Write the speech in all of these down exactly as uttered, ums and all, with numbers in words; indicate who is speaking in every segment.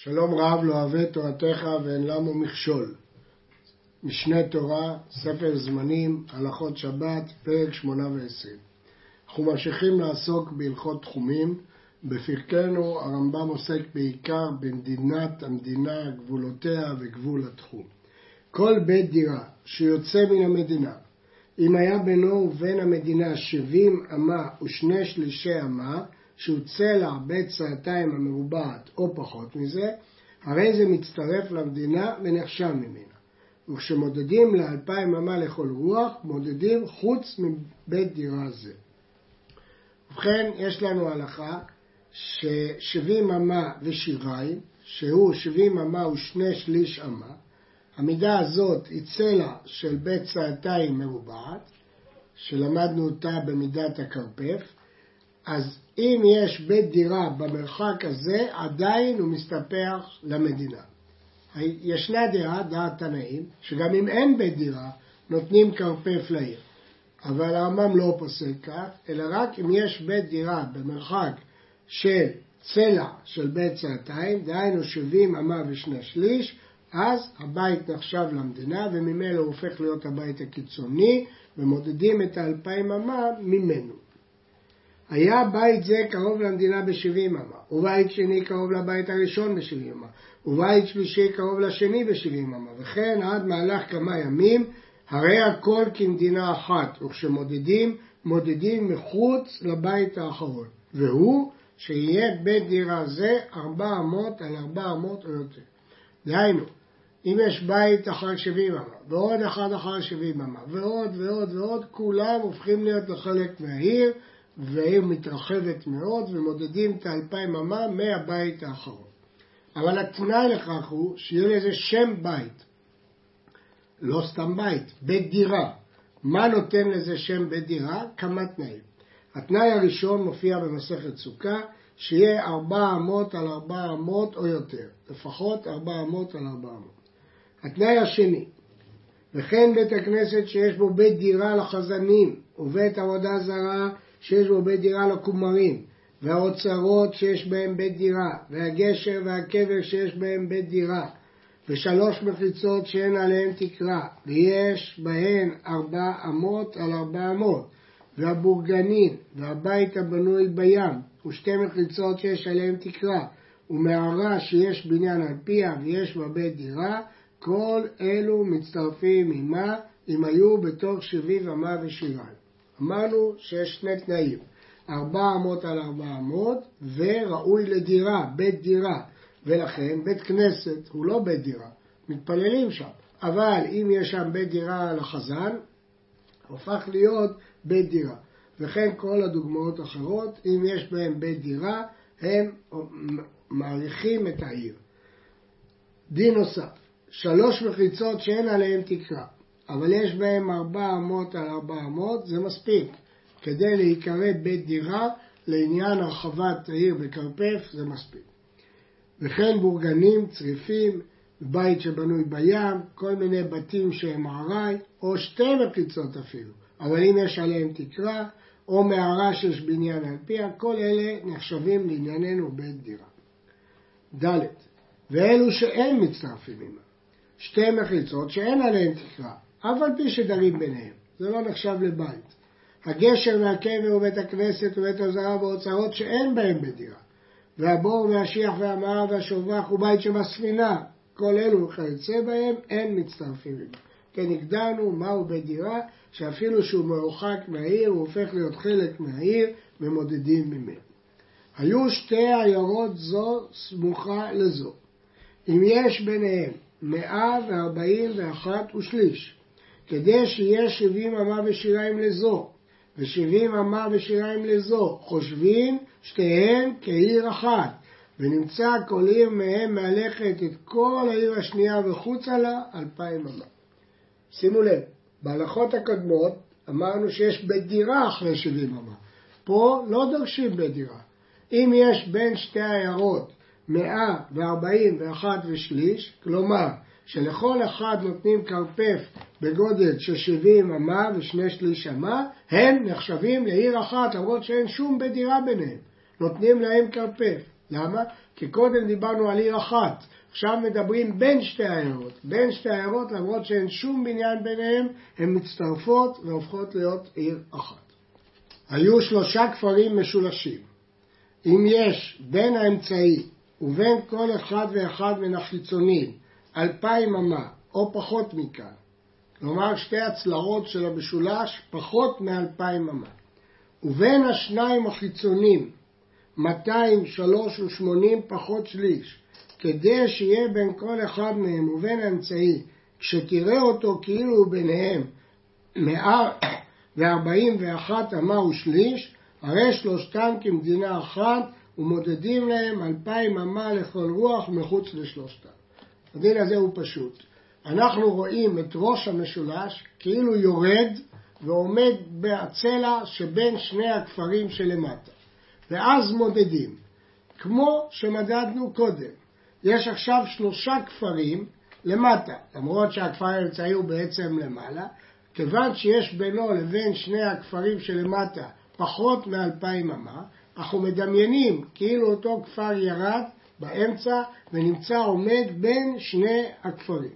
Speaker 1: שלום רב, לא אוהב תורתך ואין למו מכשול. משנה תורה, ספר זמנים, הלכות שבת, פרק שמונה ועשרים. אנחנו ממשיכים לעסוק בהלכות תחומים. בפרקנו הרמב"ם עוסק בעיקר במדינת המדינה, גבולותיה וגבול התחום. כל בית דירה שיוצא מן המדינה, אם היה בינו ובין המדינה שבעים אמה ושני שלישי אמה, שהוא צלע בית סעתיים המרובעת או פחות מזה, הרי זה מצטרף למדינה ונחשב ממנה. וכשמודדים לאלפיים אמה לכל רוח, מודדים חוץ מבית דירה זה. ובכן, יש לנו הלכה ששבעים אמה ושיריים, שהוא שבעים אמה ושני שליש אמה, המידה הזאת היא צלע של בית סעתיים מרובעת, שלמדנו אותה במידת הקרפף, אז אם יש בית דירה במרחק הזה, עדיין הוא מסתפח למדינה. ישנה דעה, דעת תנאים, שגם אם אין בית דירה, נותנים קרפף לעיר. אבל הרמב"ם לא פוסק כך, אלא רק אם יש בית דירה במרחק של צלע של בית סעתיים, דהיינו שבעים אמה ושני שליש, אז הבית נחשב למדינה, וממילא הוא הופך להיות הבית הקיצוני, ומודדים את האלפיים אמה ממנו. היה בית זה קרוב למדינה ב-שבעים אמה, ובית שני קרוב לבית הראשון ב-שבעים אמה, ובית שלישי קרוב לשני ב-שבעים אמה, וכן עד מהלך כמה ימים, הרי הכל כמדינה אחת, וכשמודדים, מודדים מחוץ לבית האחרון, והוא שיהיה בית דירה זה ארבע אמות על ארבע אמות או יותר. דהיינו, אם יש בית אחר שבעים אמה, ועוד אחד אחר שבעים אמה, ועוד ועוד ועוד, כולם הופכים להיות לחלק מהעיר, והעיר מתרחבת מאוד, ומודדים את האלפיים אמה מהבית האחרון. אבל התנאי לכך הוא שיהיה לזה שם בית, לא סתם בית, בית דירה. מה נותן לזה שם בית דירה? כמה תנאים. התנאי הראשון מופיע במסכת סוכה, שיהיה ארבע אמות על ארבע אמות או יותר, לפחות ארבע אמות על ארבע אמות. התנאי השני, וכן בית הכנסת שיש בו בית דירה לחזנים, ובית עבודה זרה שיש בו בית דירה לכומרים, והאוצרות שיש בהם בית דירה, והגשר והקבר שיש בהם בית דירה, ושלוש מחיצות שאין עליהן תקרה, ויש בהן ארבע אמות על ארבע אמות, והבורגנין, והבית הבנוי בים, ושתי מחיצות שיש עליהן תקרה, ומערה שיש בניין על פיה ויש בה בית דירה, כל אלו מצטרפים עמה אם היו בתוך שבעים אמה ושיריים. אמרנו שיש שני תנאים, ארבע אמות על ארבע אמות וראוי לדירה, בית דירה, ולכן בית כנסת הוא לא בית דירה, מתפללים שם, אבל אם יש שם בית דירה לחזן, הופך להיות בית דירה. וכן כל הדוגמאות האחרות, אם יש בהם בית דירה, הם מעריכים את העיר. דין נוסף, שלוש מחיצות שאין עליהן תקרה, אבל יש בהם ארבע אמות על ארבע אמות, זה מספיק. כדי להיקרא בית דירה, לעניין הרחבת העיר בקרפף, זה מספיק. וכן בורגנים, צריפים, בית שבנוי בים, כל מיני בתים שהם ערי, או שתי מחיצות אפילו. אבל אם יש עליהם תקרה, או מערה שיש בניין על פיה, כל אלה נחשבים לענייננו בית דירה. ד' ואלו שאין מצטרפים עמה. שתי מחיצות שאין עליהן תקרה, אף על פי שדרים ביניהם. זה לא נחשב לבית. הגשר והקבר ובית הכנסת ובית הזרה והאוצרות שאין בהם בית דירה. והבור והשיח והמער והשובח ובית שבספינה, כל אלו וכיוצא בהם אין מצטרפים עמה. כן, הגדרנו מהו בית דירה, שאפילו שהוא מרוחק מהעיר, הוא הופך להיות חלק מהעיר ומודדים ממנו. היו שתי עיירות זו סמוכה לזו. אם יש ביניהם מאה וארבעים ואחת ושליש, כדי שיהיה שבעים אמה ושיריים לזו, ושבעים אמה ושיריים לזו, חושבים שתיהן כעיר אחת, ונמצא כל עיר מהם מהלכת את כל העיר השנייה וחוצה לה אלפיים אמה. שימו לב, בהלכות הקודמות אמרנו שיש בית דירה אחרי שבעים אמה. פה לא דורשים בית דירה. אם יש בין שתי העיירות מאה וארבעים ואחת ושליש, כלומר שלכל אחד נותנים קרפף בגודל של שבעים אמה ושני שליש אמה, הם נחשבים לעיר אחת, למרות שאין שום בית דירה ביניהם. נותנים להם קרפף. למה? כי קודם דיברנו על עיר אחת, עכשיו מדברים בין שתי העיירות. בין שתי העיירות, למרות שאין שום בניין ביניהם, הן מצטרפות והופכות להיות עיר אחת. היו שלושה כפרים משולשים. אם יש בין האמצעי ובין כל אחד ואחד מן החיצונים אלפיים אמה או פחות מכאן, כלומר שתי הצלעות של המשולש פחות מאלפיים אמה, ובין השניים החיצונים מאתיים שלוש ושמונים פחות שליש, כדי שיהיה בין כל אחד מהם ובין האמצעי, כשתראה אותו כאילו ביניהם מאה וארבעים ואחת אמה ושליש, הרי שלושתם כמדינה אחת, ומודדים להם אלפיים אמה לכל רוח מחוץ לשלושתם. הדין הזה הוא פשוט. אנחנו רואים את ראש המשולש כאילו יורד ועומד בהצלע שבין שני הכפרים שלמטה. ואז מודדים, כמו שמדדנו קודם. יש עכשיו שלושה כפרים למטה, למרות שהכפר האמצעי הוא בעצם למעלה, כיוון שיש בינו לבין שני הכפרים שלמטה פחות מאלפיים אמה, אנחנו מדמיינים כאילו אותו כפר ירד באמצע ונמצא עומד בין שני הכפרים.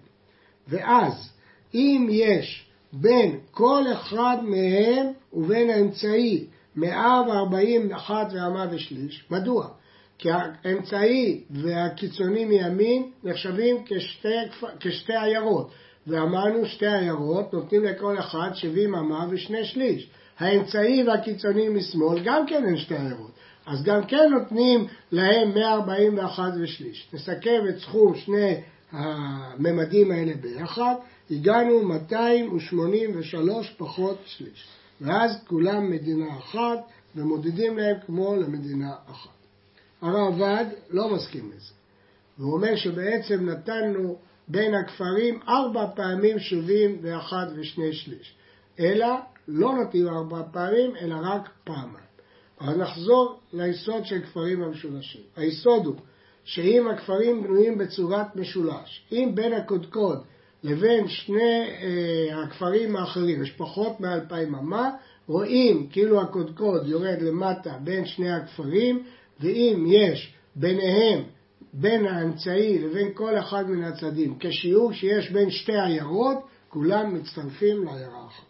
Speaker 1: ואז אם יש בין כל אחד מהם ובין האמצעי מאה וארבעים ואחת ואמה ושליש, מדוע? כי האמצעי והקיצוני מימין נחשבים כשתי, כשתי עיירות, ואמרנו שתי עיירות נותנים לכל אחד שבעים אמה ושני שליש. האמצעי והקיצוני משמאל גם כן הן שתי עיירות, אז גם כן נותנים להם מאה וארבעים ואחת ושליש. נסכם את סכום שני הממדים האלה ביחד, הגענו מאתיים ושמונים ושלוש פחות שליש. ואז כולם מדינה אחת ומודדים להם כמו למדינה אחת. הרעב"ד לא מסכים לזה. הוא אומר שבעצם נתנו בין הכפרים ארבע פעמים שבעים ואחת ושני שליש. אלא לא נתנו ארבע פעמים, אלא רק פעמיים. אז נחזור ליסוד של כפרים המשולשים. היסוד הוא שאם הכפרים בנויים בצורת משולש, אם בין הקודקוד לבין שני אה, הכפרים האחרים יש פחות מאלפיים אמה, רואים כאילו הקודקוד יורד למטה בין שני הכפרים, ואם יש ביניהם, בין האמצעי לבין כל אחד מן הצדדים, כשיעור שיש בין שתי עיירות, כולם מצטרפים לעיירה אחת.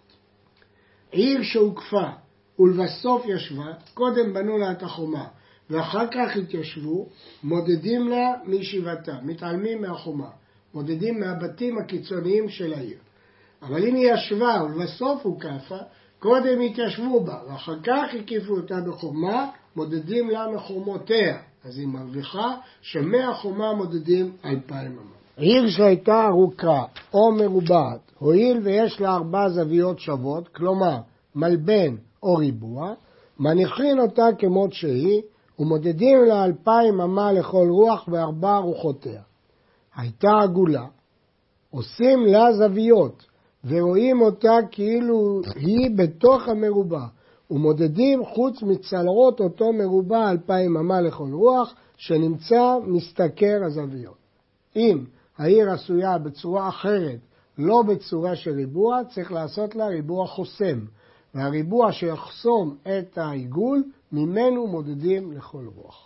Speaker 1: עיר שהוקפה ולבסוף ישבה, קודם בנו לה את החומה, ואחר כך התיישבו, מודדים לה מישיבתה, מתעלמים מהחומה, מודדים מהבתים הקיצוניים של העיר. אבל אם היא ישבה ולבסוף הוקפה, קודם התיישבו בה, ואחר כך הקיפו אותה בחומה, מודדים לה מחומותיה. אז היא מרוויחה שמהחומה מודדים אלפיים אמה. עיר שהייתה ארוכה או מרובעת, הואיל ויש לה ארבע זוויות שוות, כלומר מלבן או ריבוע, מניחים אותה כמות שהיא, ומודדים לה אלפיים אמה לכל רוח וארבע רוחותיה. הייתה עגולה, עושים לה זוויות, ורואים אותה כאילו היא בתוך המרובע, ומודדים חוץ מצלעות אותו מרובע אלפיים אמה לכל רוח, שנמצא מסתכר הזוויות. אם העיר עשויה בצורה אחרת, לא בצורה של ריבוע, צריך לעשות לה ריבוע חוסם, והריבוע שיחסום את העיגול, ממנו מודדים לכל רוח.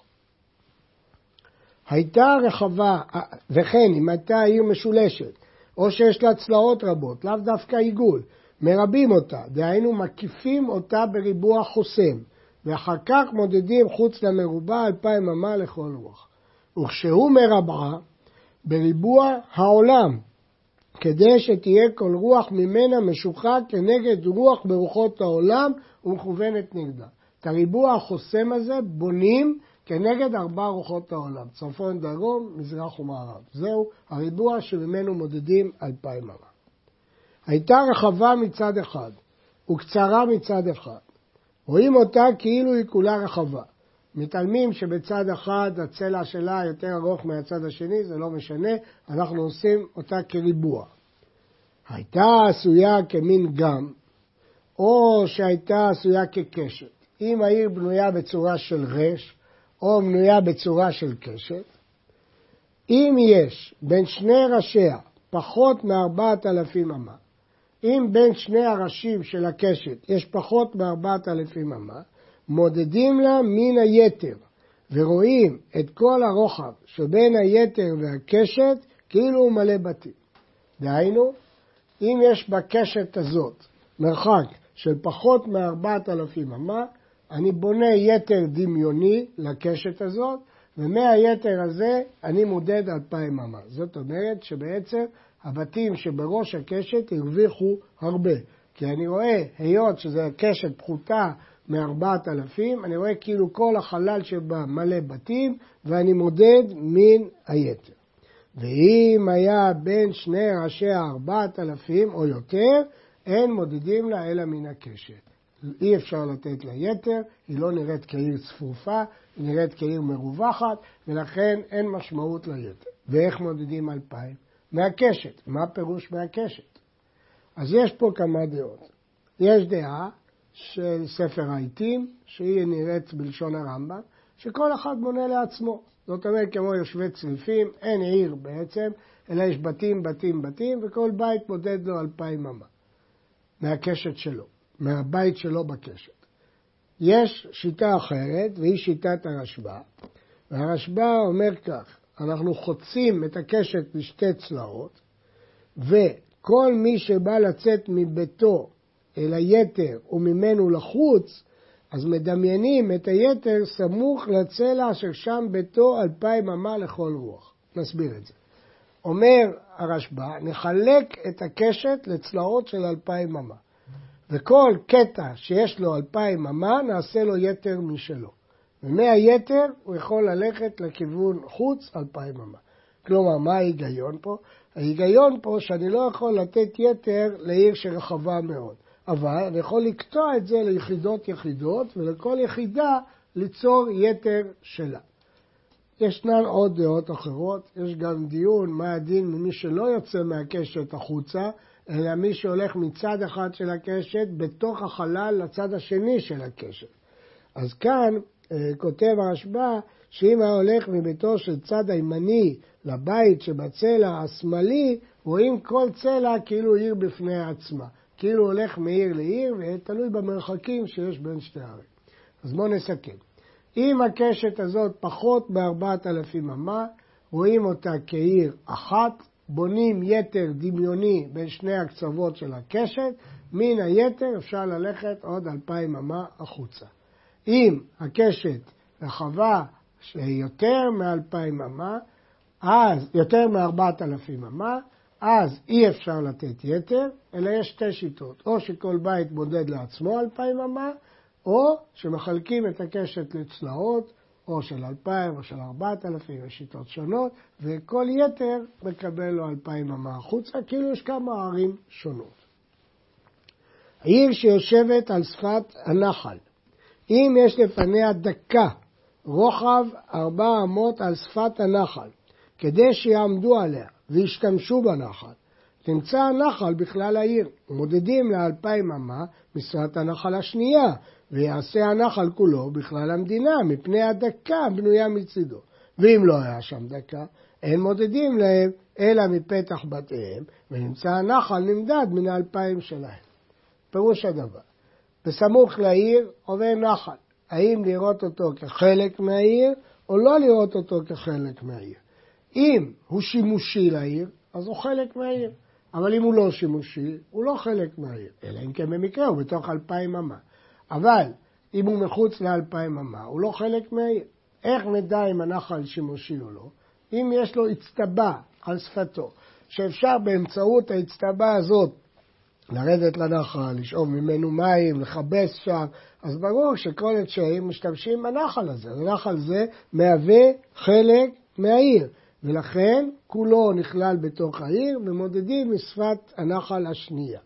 Speaker 1: הייתה רחבה, וכן אם הייתה עיר משולשת, או שיש לה צלעות רבות, לאו דווקא עיגול, מרבים אותה, דהיינו מקיפים אותה בריבוע חוסם, ואחר כך מודדים חוץ למרובע אלפיים אמה לכל רוח. וכשהוא מרבעה, בריבוע העולם, כדי שתהיה כל רוח ממנה משוחה כנגד רוח ברוחות העולם ומכוונת נגדה. את הריבוע החוסם הזה בונים כנגד ארבע רוחות העולם, צפון, דרום, מזרח ומערב. זהו הריבוע שממנו מודדים אלפיים אמה. הייתה רחבה מצד אחד וקצרה מצד אחד. רואים אותה כאילו היא כולה רחבה. מתעלמים שבצד אחד הצלע שלה יותר ארוך מהצד השני, זה לא משנה, אנחנו עושים אותה כריבוע. הייתה עשויה כמין גם, או שהייתה עשויה כקשת. אם העיר בנויה בצורה של רש, או בנויה בצורה של קשת, אם יש בין שני ראשיה פחות מארבעת אלפים אמה, אם בין שני הראשים של הקשת יש פחות מארבעת אלפים אמה, מודדים לה מן היתר, ורואים את כל הרוחב שבין היתר והקשת כאילו הוא מלא בתים. דהיינו, אם יש בקשת הזאת מרחק של פחות מארבעת אלפים אמה, אני בונה יתר דמיוני לקשת הזאת, ומהיתר הזה אני מודד אלפיים אמה. זאת אומרת שבעצם הבתים שבראש הקשת הרוויחו הרבה. כי אני רואה, היות שזו קשת פחותה מארבעת אלפים, אני רואה כאילו כל החלל שבה מלא בתים, ואני מודד מן היתר. ואם היה בין שני ראשי הארבעת אלפים או יותר, אין מודדים לה אלא מן הקשת. אי אפשר לתת לה יתר, היא לא נראית כעיר צפופה, היא נראית כעיר מרווחת, ולכן אין משמעות ליתר. ואיך מודדים אלפיים? מהקשת. מה פירוש מהקשת? אז יש פה כמה דעות. יש דעה של ספר העיתים, שהיא נראית בלשון הרמב"ם, שכל אחד מונה לעצמו. זאת אומרת, כמו יושבי צריפים, אין עיר בעצם, אלא יש בתים, בתים, בתים, וכל בית מודד לו אלפיים אמה. מהקשת שלו, מהבית שלו בקשת. יש שיטה אחרת, והיא שיטת הרשב"א, והרשב"א אומר כך, אנחנו חוצים את הקשת לשתי צלעות, וכל מי שבא לצאת מביתו אל היתר וממנו לחוץ, אז מדמיינים את היתר סמוך לצלע אשר שם ביתו אלפיים אמה לכל רוח. נסביר את זה. אומר הרשב"א, נחלק את הקשת לצלעות של אלפיים אמה. וכל קטע שיש לו אלפיים אמה, נעשה לו יתר משלו. ומהיתר הוא יכול ללכת לכיוון חוץ אלפיים אמה. כלומר, מה ההיגיון פה? ההיגיון פה שאני לא יכול לתת יתר לעיר שרחבה מאוד. אבל אני יכול לקטוע את זה ליחידות יחידות, ולכל יחידה ליצור יתר שלה. ישנן עוד דעות אחרות, יש גם דיון מה הדין ממי שלא יוצא מהקשת החוצה, אלא מי שהולך מצד אחד של הקשת בתוך החלל לצד השני של הקשת. אז כאן אה, כותב הרשב"א שאם היה הולך מביתו של צד הימני לבית שבצלע השמאלי, רואים כל צלע כאילו עיר בפני עצמה. כאילו הולך מעיר לעיר ותלוי במרחקים שיש בין שתי ערים. אז בואו נסכם. אם הקשת הזאת פחות בארבעת אלפים אמה, רואים אותה כעיר אחת, בונים יתר דמיוני בין שני הקצוות של הקשת, מן היתר אפשר ללכת עוד אלפיים אמה החוצה. אם הקשת רחבה יותר מאלפיים אמה, אז יותר מארבעת אלפים אמה, אז אי אפשר לתת יתר, אלא יש שתי שיטות. או שכל בית מודד לעצמו אלפיים אמה, או שמחלקים את הקשת לצלעות, או של אלפיים או של ארבעת אלפים, יש שיטות שונות, וכל יתר מקבל לו אלפיים אמה החוצה, כאילו יש כמה ערים שונות. העיר שיושבת על שפת הנחל, אם יש לפניה דקה, רוחב ארבע אמות על שפת הנחל, כדי שיעמדו עליה וישתמשו בנחל, תמצא הנחל בכלל העיר, מודדים לאלפיים אמה משפת הנחל השנייה, ויעשה הנחל כולו בכלל המדינה, מפני הדקה בנויה מצידו. ואם לא היה שם דקה, אין מודדים להם, אלא מפתח בתיהם, ונמצא הנחל נמדד מן האלפיים שלהם. פירוש הדבר, בסמוך לעיר עובר נחל, האם לראות אותו כחלק מהעיר, או לא לראות אותו כחלק מהעיר. אם הוא שימושי לעיר, אז הוא חלק מהעיר. אבל אם הוא לא שימושי, הוא לא חלק מהעיר. אלא אם כן במקרה, הוא בתוך אלפיים אמה. אבל אם הוא מחוץ לאלפיים אמה, הוא לא חלק מהעיר. איך נדע אם הנחל שימושי או לא? אם יש לו הצטבה על שפתו, שאפשר באמצעות ההצטבה הזאת לרדת לנחל, לשאוב ממנו מים, לחבס שם, אז ברור שכל התשעים משתמשים בנחל הזה. הנחל זה מהווה חלק מהעיר. ולכן כולו נכלל בתוך העיר ומודדים משפת הנחל השנייה.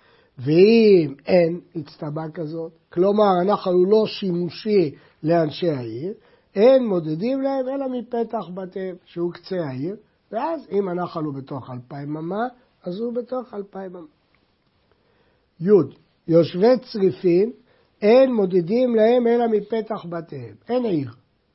Speaker 1: ואם אין הצטבה כזאת, כלומר הנחל הוא לא שימושי לאנשי העיר, אין מודדים להם אלא מפתח בתיהם שהוא קצה העיר, ואז אם הנחל הוא בתוך אלפיים אמה, אז הוא בתוך אלפיים אמה. י' יושבי צריפים, אין מודדים להם אלא מפתח בתיהם. אין עיר.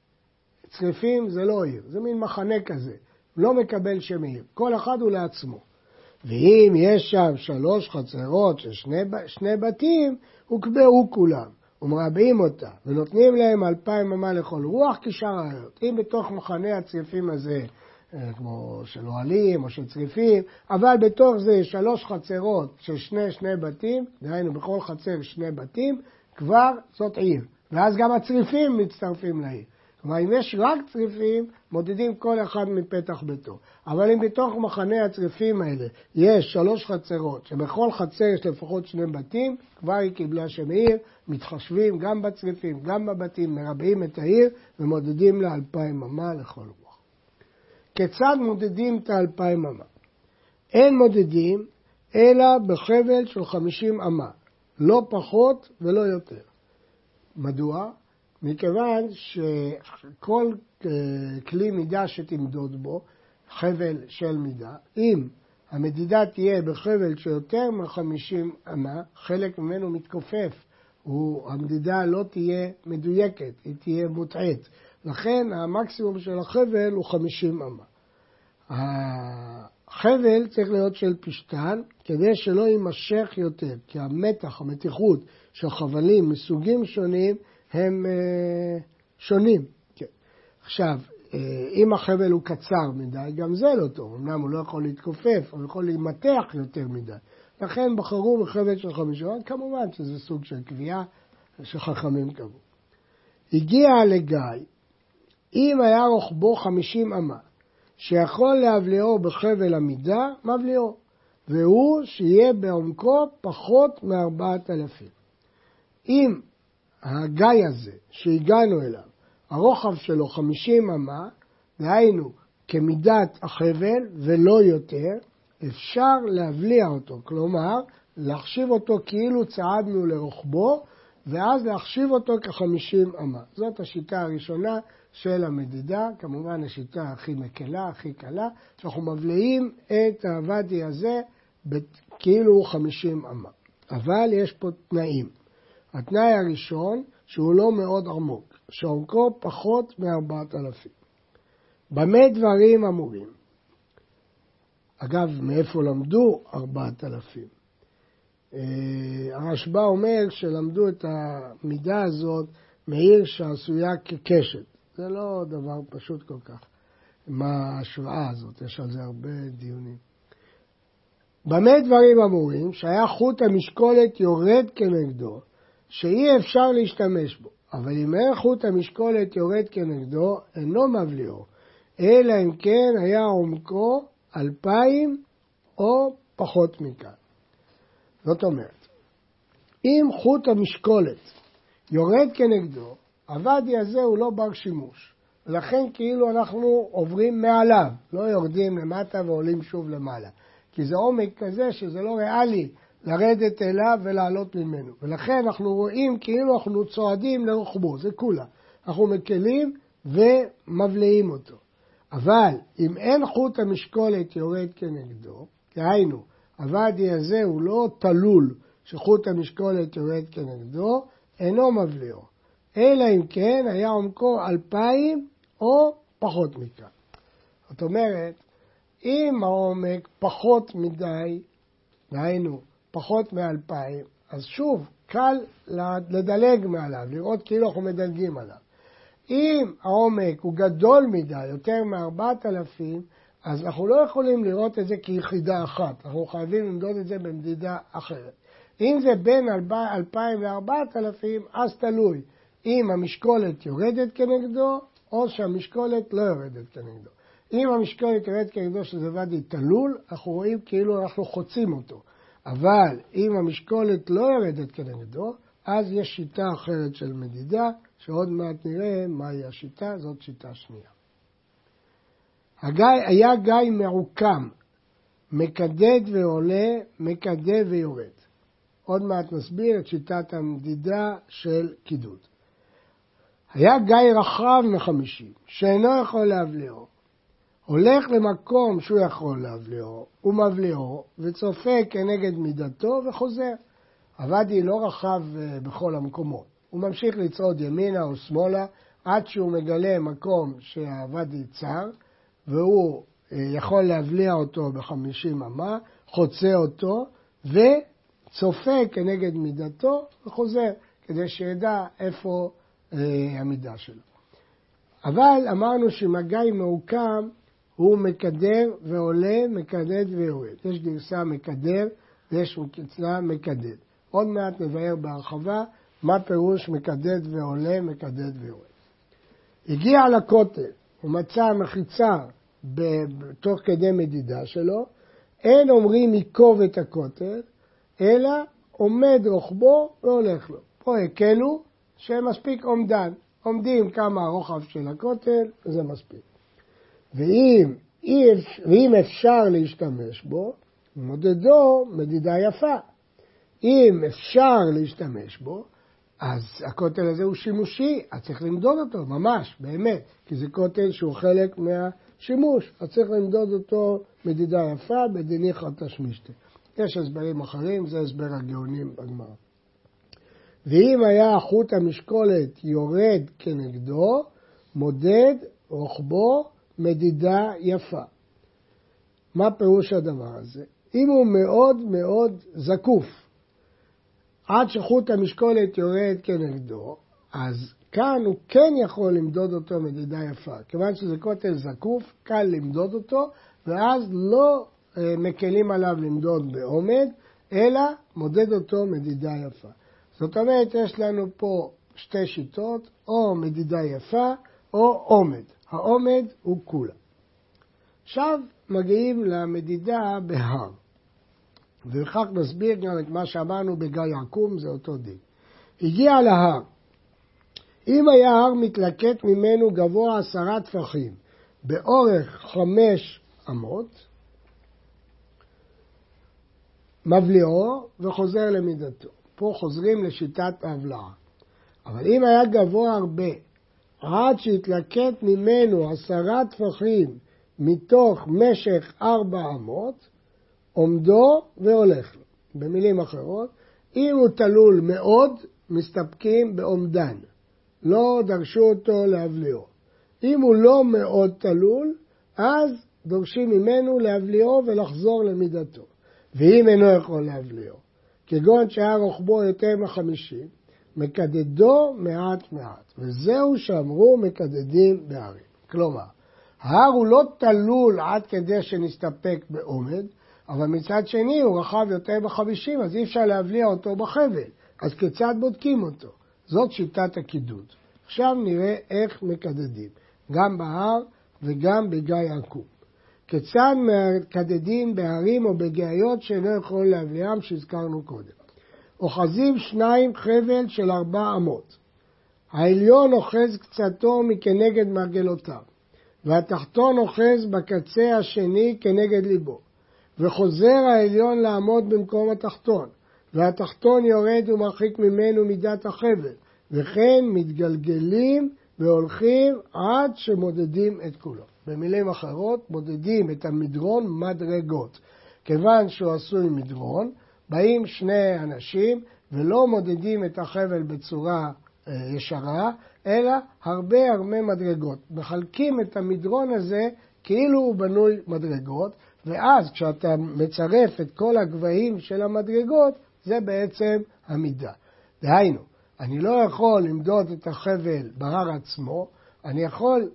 Speaker 1: צריפים זה לא עיר, זה מין מחנה כזה, לא מקבל שם עיר, כל אחד הוא לעצמו. ואם יש שם שלוש חצרות של שני, שני בתים, הוקבעו כולם. ומרבים אותה, ונותנים להם אלפיים אמה לכל רוח כשאר האריות. אם בתוך מחנה הצריפים הזה, כמו של אוהלים או של צריפים, אבל בתוך זה שלוש חצרות של שני שני בתים, דהיינו בכל חצר שני בתים, כבר זאת עיר. ואז גם הצריפים מצטרפים לעיר. כלומר, אם יש רק צריפים, מודדים כל אחד מפתח ביתו. אבל אם בתוך מחנה הצריפים האלה יש שלוש חצרות, שבכל חצר יש לפחות שני בתים, כבר היא קיבלה שם עיר, מתחשבים גם בצריפים, גם בבתים, מרבעים את העיר ומודדים לה אלפיים אמה לכל רוח. כיצד מודדים את האלפיים אמה? אין מודדים אלא בחבל של חמישים אמה, לא פחות ולא יותר. מדוע? מכיוון שכל כלי מידה שתמדוד בו, חבל של מידה, אם המדידה תהיה בחבל שיותר מ-חמישים אמה, חלק ממנו מתכופף, המדידה לא תהיה מדויקת, היא תהיה מוטעית. לכן המקסימום של החבל הוא חמישים אמה. החבל צריך להיות של פשטן, כדי שלא יימשך יותר, כי המתח, המתיחות של חבלים מסוגים שונים, הם שונים. כן. עכשיו, אם החבל הוא קצר מדי, גם זה לא טוב. אמנם הוא לא יכול להתכופף, הוא יכול להימתח יותר מדי. לכן בחרו בחבל של חמישה, כמובן שזה סוג של קביעה שחכמים קבעו. הגיע לגיא, אם היה רוחבו חמישים אמה, שיכול להבליעו בחבל המידה, מבליעו. והוא שיהיה בעומקו פחות מארבעת אלפים. אם הגיא הזה שהגענו אליו, הרוחב שלו חמישים אמה, דהיינו כמידת החבל ולא יותר, אפשר להבליע אותו. כלומר, להחשיב אותו כאילו צעדנו לרוחבו, ואז להחשיב אותו כ-חמישים אמה. זאת השיטה הראשונה של המדידה, כמובן השיטה הכי מקלה, הכי קלה, שאנחנו מבליעים את הוואדי הזה כאילו חמישים אמה. אבל יש פה תנאים. התנאי הראשון, שהוא לא מאוד עמוק, שעומקו פחות מארבעת אלפים. במה דברים אמורים? אגב, מאיפה למדו ארבעת אלפים? הרשב"א אומר שלמדו את המידה הזאת מעיר שעשויה כקשת. זה לא דבר פשוט כל כך. מה ההשוואה הזאת? יש על זה הרבה דיונים. במה דברים אמורים? שהיה חוט המשקולת יורד כנגדו, שאי אפשר להשתמש בו. אבל אם אין חוט המשקולת יורד כנגדו, אינו מבליעו. אלא אם כן היה עומקו אלפיים או פחות מכאן. זאת אומרת, אם חוט המשקולת יורד כנגדו, הוואדי הזה הוא לא בר שימוש. ולכן כאילו אנחנו עוברים מעליו, לא יורדים למטה ועולים שוב למעלה. כי זה עומק כזה שזה לא ריאלי לרדת אליו ולעלות ממנו. ולכן אנחנו רואים כאילו אנחנו צועדים לרוחבו, זה כולה. אנחנו מקלים ומבליעים אותו. אבל אם אין חוט המשקולת יורד כנגדו, דהיינו, הוואדי הזה הוא לא תלול שחוט המשקולת יורד כנגדו, אינו מבליעו. אלא אם כן היה עומקו אלפיים או פחות מכאן. זאת אומרת, אם העומק פחות מדי, דהיינו, פחות מאלפיים, אז שוב, קל לדלג מעליו, לראות כאילו אנחנו מדלגים עליו. אם העומק הוא גדול מדי, יותר מארבעת אלפים, אז אנחנו לא יכולים לראות את זה כיחידה אחת. אנחנו חייבים למדוד את זה במדידה אחרת. אם זה בין אלפיים לארבעת אלפים, אז תלוי אם המשקולת יורדת כנגדו, או שהמשקולת לא יורדת כנגדו. אם המשקולת יורדת כנגדו שזה ואדי תלול, אנחנו רואים כאילו אנחנו חוצים אותו. אבל אם המשקולת לא יורדת כנגדו, אז יש שיטה אחרת של מדידה, שעוד מעט נראה מהי השיטה, זאת שיטה שנייה. הגיא, היה גיא מעוקם, מקדד ועולה, מקדד ויורד. עוד מעט נסביר את שיטת המדידה של קידוד. היה גיא רחב מחמישים, שאינו יכול להבליעו. הולך למקום שהוא יכול להבליעו, הוא מבליעו, וצופה כנגד מידתו וחוזר. הוואדי לא רחב בכל המקומות. הוא ממשיך לצעוד ימינה או שמאלה, עד שהוא מגלה מקום שהוואדי צר, והוא יכול להבליע אותו בחמישים אמה, חוצה אותו, וצופה כנגד מידתו וחוזר, כדי שידע איפה אה, המידה שלו. אבל אמרנו שמגאי מעוקם הוא מקדר ועולה, מקדד ויורד. יש גרסה מקדר ויש גרסה מקדד. עוד מעט נבהר בהרחבה מה פירוש מקדד ועולה, מקדד ויורד. הגיע לכותל, הוא מצא מחיצה בתוך כדי מדידה שלו, אין אומרים ייקוב את הכותל, אלא עומד רוחבו והולך לו. פה הקלו שמספיק עומדן. עומדים כמה הרוחב של הכותל, זה מספיק. ואם, ואם אפשר להשתמש בו, מודדו מדידה יפה. אם אפשר להשתמש בו, אז הכותל הזה הוא שימושי, אז צריך למדוד אותו, ממש, באמת, כי זה כותל שהוא חלק מהשימוש, אז צריך למדוד אותו מדידה יפה, בדיניחא תשמישתא. יש הסברים אחרים, זה הסבר הגאונים בגמרא. ואם היה חוט המשקולת יורד כנגדו, מודד רוחבו מדידה יפה. מה פירוש הדבר הזה? אם הוא מאוד מאוד זקוף, עד שחוט המשקולת יורד כנגדו, אז כאן הוא כן יכול למדוד אותו מדידה יפה. כיוון שזה כותל זקוף, קל למדוד אותו, ואז לא אה, מקלים עליו למדוד בעומד, אלא מודד אותו מדידה יפה. זאת אומרת, יש לנו פה שתי שיטות, או מדידה יפה, או עומד. העומד הוא כולה. עכשיו מגיעים למדידה בהר. ולכך נסביר גם את מה שאמרנו בגיא עקום, זה אותו דין. הגיע להר. אם היה הר מתלקט ממנו גבוה עשרה טפחים, באורך חמש אמות, מבליעו וחוזר למידתו. פה חוזרים לשיטת ההבלעה. אבל אם היה גבוה הרבה, עד שהתלקט ממנו עשרה טפחים מתוך משך ארבע אמות, עומדו והולך לו. במילים אחרות, אם הוא תלול מאוד, מסתפקים בעומדן. לא דרשו אותו להבליעו. אם הוא לא מאוד תלול, אז דורשים ממנו להבליעו ולחזור למידתו. ואם אינו יכול להבליעו, כגון שהיה רוחבו יותר מחמישים, מקדדו מעט מעט. וזהו שאמרו מקדדים בהרים. כלומר, ההר הוא לא תלול עד כדי שנסתפק בעומד, אבל מצד שני הוא רחב יותר בחמישים, אז אי אפשר להבליע אותו בחבל. אז כיצד בודקים אותו? זאת שיטת הקידוד. עכשיו נראה איך מקדדים, גם בהר וגם בגיא עקום. כיצד מקדדים בהרים או בגאיות שלא יכול להבליעם שהזכרנו קודם. אוחזים שניים חבל של ארבע אמות. העליון אוחז קצתו מכנגד מרגלותיו, והתחתון אוחז בקצה השני כנגד ליבו. וחוזר העליון לעמוד במקום התחתון, והתחתון יורד ומרחיק ממנו מידת החבל, וכן מתגלגלים והולכים עד שמודדים את כולו. במילים אחרות, מודדים את המדרון מדרגות. כיוון שהוא עשוי מדרון, באים שני אנשים ולא מודדים את החבל בצורה אה, ישרה, אלא הרבה הרבה מדרגות. מחלקים את המדרון הזה כאילו הוא בנוי מדרגות, ואז כשאתה מצרף את כל הגבהים של המדרגות, זה בעצם המידה. דהיינו, אני לא יכול למדוד את החבל בהר עצמו, אני יכול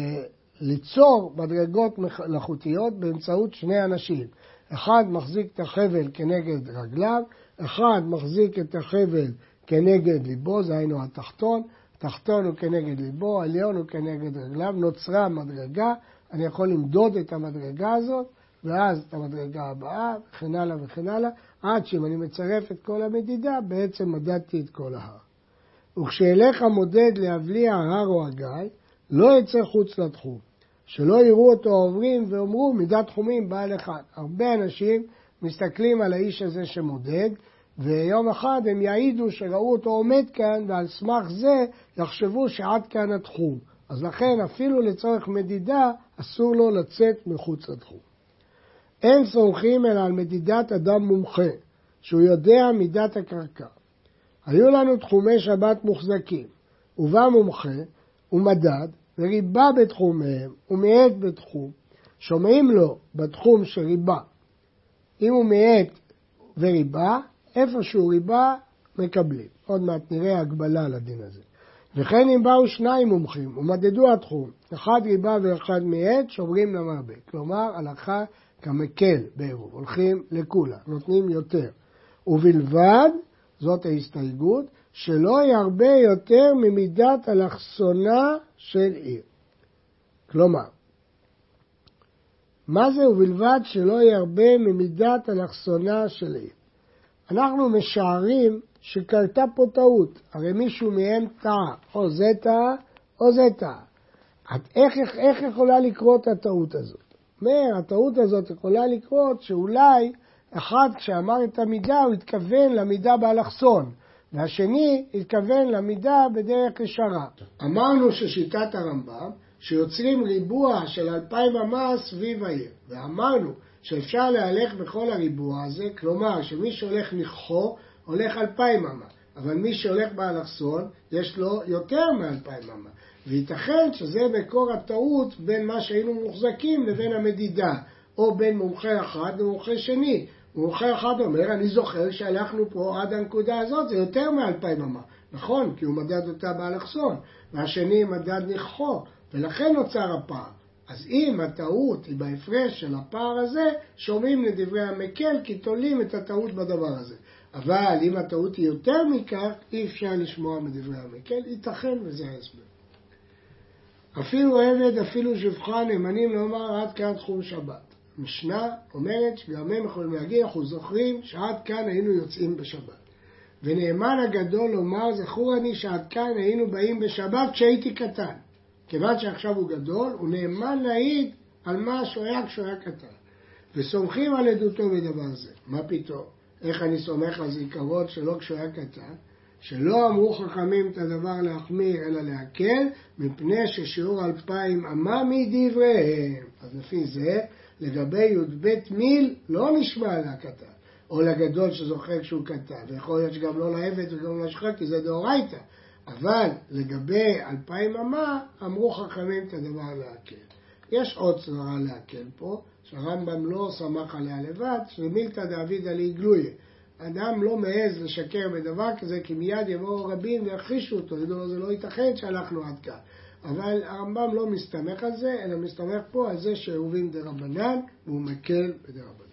Speaker 1: ליצור מדרגות מלאכותיות באמצעות שני אנשים. אחד מחזיק את החבל כנגד רגליו, אחד מחזיק את החבל כנגד ליבו, זה היינו התחתון, התחתון הוא כנגד ליבו, העליון הוא כנגד רגליו, נוצרה מדרגה, אני יכול למדוד את המדרגה הזאת, ואז את המדרגה הבאה, וכן הלאה וכן הלאה, עד שאם אני מצרף את כל המדידה, בעצם מדדתי את כל ההר. וכשאליך מודד להבליע ההר או הגיא, לא יצא חוץ לתחום. שלא יראו אותו עוברים ואומרו מידת תחומים בעל אחד. הרבה אנשים מסתכלים על האיש הזה שמודד, ויום אחד הם יעידו שראו אותו עומד כאן, ועל סמך זה יחשבו שעד כאן התחום. אז לכן אפילו לצורך מדידה אסור לו לצאת מחוץ לתחום. אין סומכים אלא על מדידת אדם מומחה, שהוא יודע מידת הקרקע. היו לנו תחומי שבת מוחזקים, ובא מומחה ומדד, וריבה בתחומיהם, ומעט בתחום, שומעים לו בתחום שריבה. אם הוא מעט וריבה, איפה שהוא ריבה, מקבלים. עוד מעט נראה הגבלה לדין הזה. וכן אם באו שניים מומחים ומדדו התחום, אחד ריבה ואחד מעט, שומרים למרבה. כלומר, הלכה כמקל בעירוב, הולכים לכולה, נותנים יותר. ובלבד, זאת ההסתייגות, שלא ירבה יותר ממידת אלכסונה של עיר. כלומר, מה זה ובלבד שלא ירבה ממידת אלכסונה של עיר? אנחנו משערים שקרתה פה טעות, הרי מישהו מהם טעה, או זה טעה או זה טעה. איך, איך, איך יכולה לקרות הטעות הזאת? אומר, הטעות הזאת יכולה לקרות שאולי אחד כשאמר את המידה הוא התכוון למידה באלכסון, והשני התכוון למידה בדרך ישרה. אמרנו ששיטת הרמב"ם שיוצרים ריבוע של אלפיים אמה סביב העיר, ואמרנו שאפשר להלך בכל הריבוע הזה, כלומר שמי שהולך נכחו הולך אלפיים אמה, אבל מי שהולך באלכסון יש לו יותר מאלפיים אמה, וייתכן שזה מקור הטעות בין מה שהיינו מוחזקים לבין המדידה, או בין מומחה אחד למומחה שני. מומחה אחד אומר, אני זוכר שהלכנו פה עד הנקודה הזאת, זה יותר מאלפיים אמה, נכון? כי הוא מדד אותה באלכסון, והשני מדד נכחו, ולכן נוצר הפער. אז אם הטעות היא בהפרש של הפער הזה, שומעים לדברי המקל, כי תולים את הטעות בדבר הזה. אבל אם הטעות היא יותר מכך, אי אפשר לשמוע מדברי המקל, ייתכן וזה ההסבר. אפילו עבד, אפילו שפחה, נאמנים לומר עד כאן תחום שבת. משנה אומרת שגם הם יכולים להגיד, אנחנו זוכרים שעד כאן היינו יוצאים בשבת. ונאמן הגדול לומר, זכור אני שעד כאן היינו באים בשבת כשהייתי קטן. כיוון שעכשיו הוא גדול, הוא נאמן להעיד על מה שהוא היה כשהוא היה קטן. וסומכים על עדותו בדבר זה. מה פתאום? איך אני סומך על זיכרון שלא כשהוא היה קטן? שלא אמרו חכמים את הדבר להחמיר אלא להקל, מפני ששיעור אלפיים אמה מדבריהם. אז לפי זה, לגבי י"ב מיל לא נשמע לקטן, או לגדול שזוכר כשהוא קטן, ויכול להיות שגם לא לעבד וגם לא לשחק, כי זה דאורייתא. אבל לגבי אלפיים אמה, אמרו חכמים את הדבר להקל. יש עוד סברה להקל פה, שהרמב"ם לא סמך עליה לבד, שמילתא דאבידא לי גלויה. אדם לא מעז לשקר בדבר כזה, כי מיד יבואו רבים ויכחישו אותו, ידעו, זה לא ייתכן שהלכנו עד כאן. אבל הרמב"ם לא מסתמך על זה, אלא מסתמך פה על זה שעירובין דרבנן, והוא מקל בדרבנן.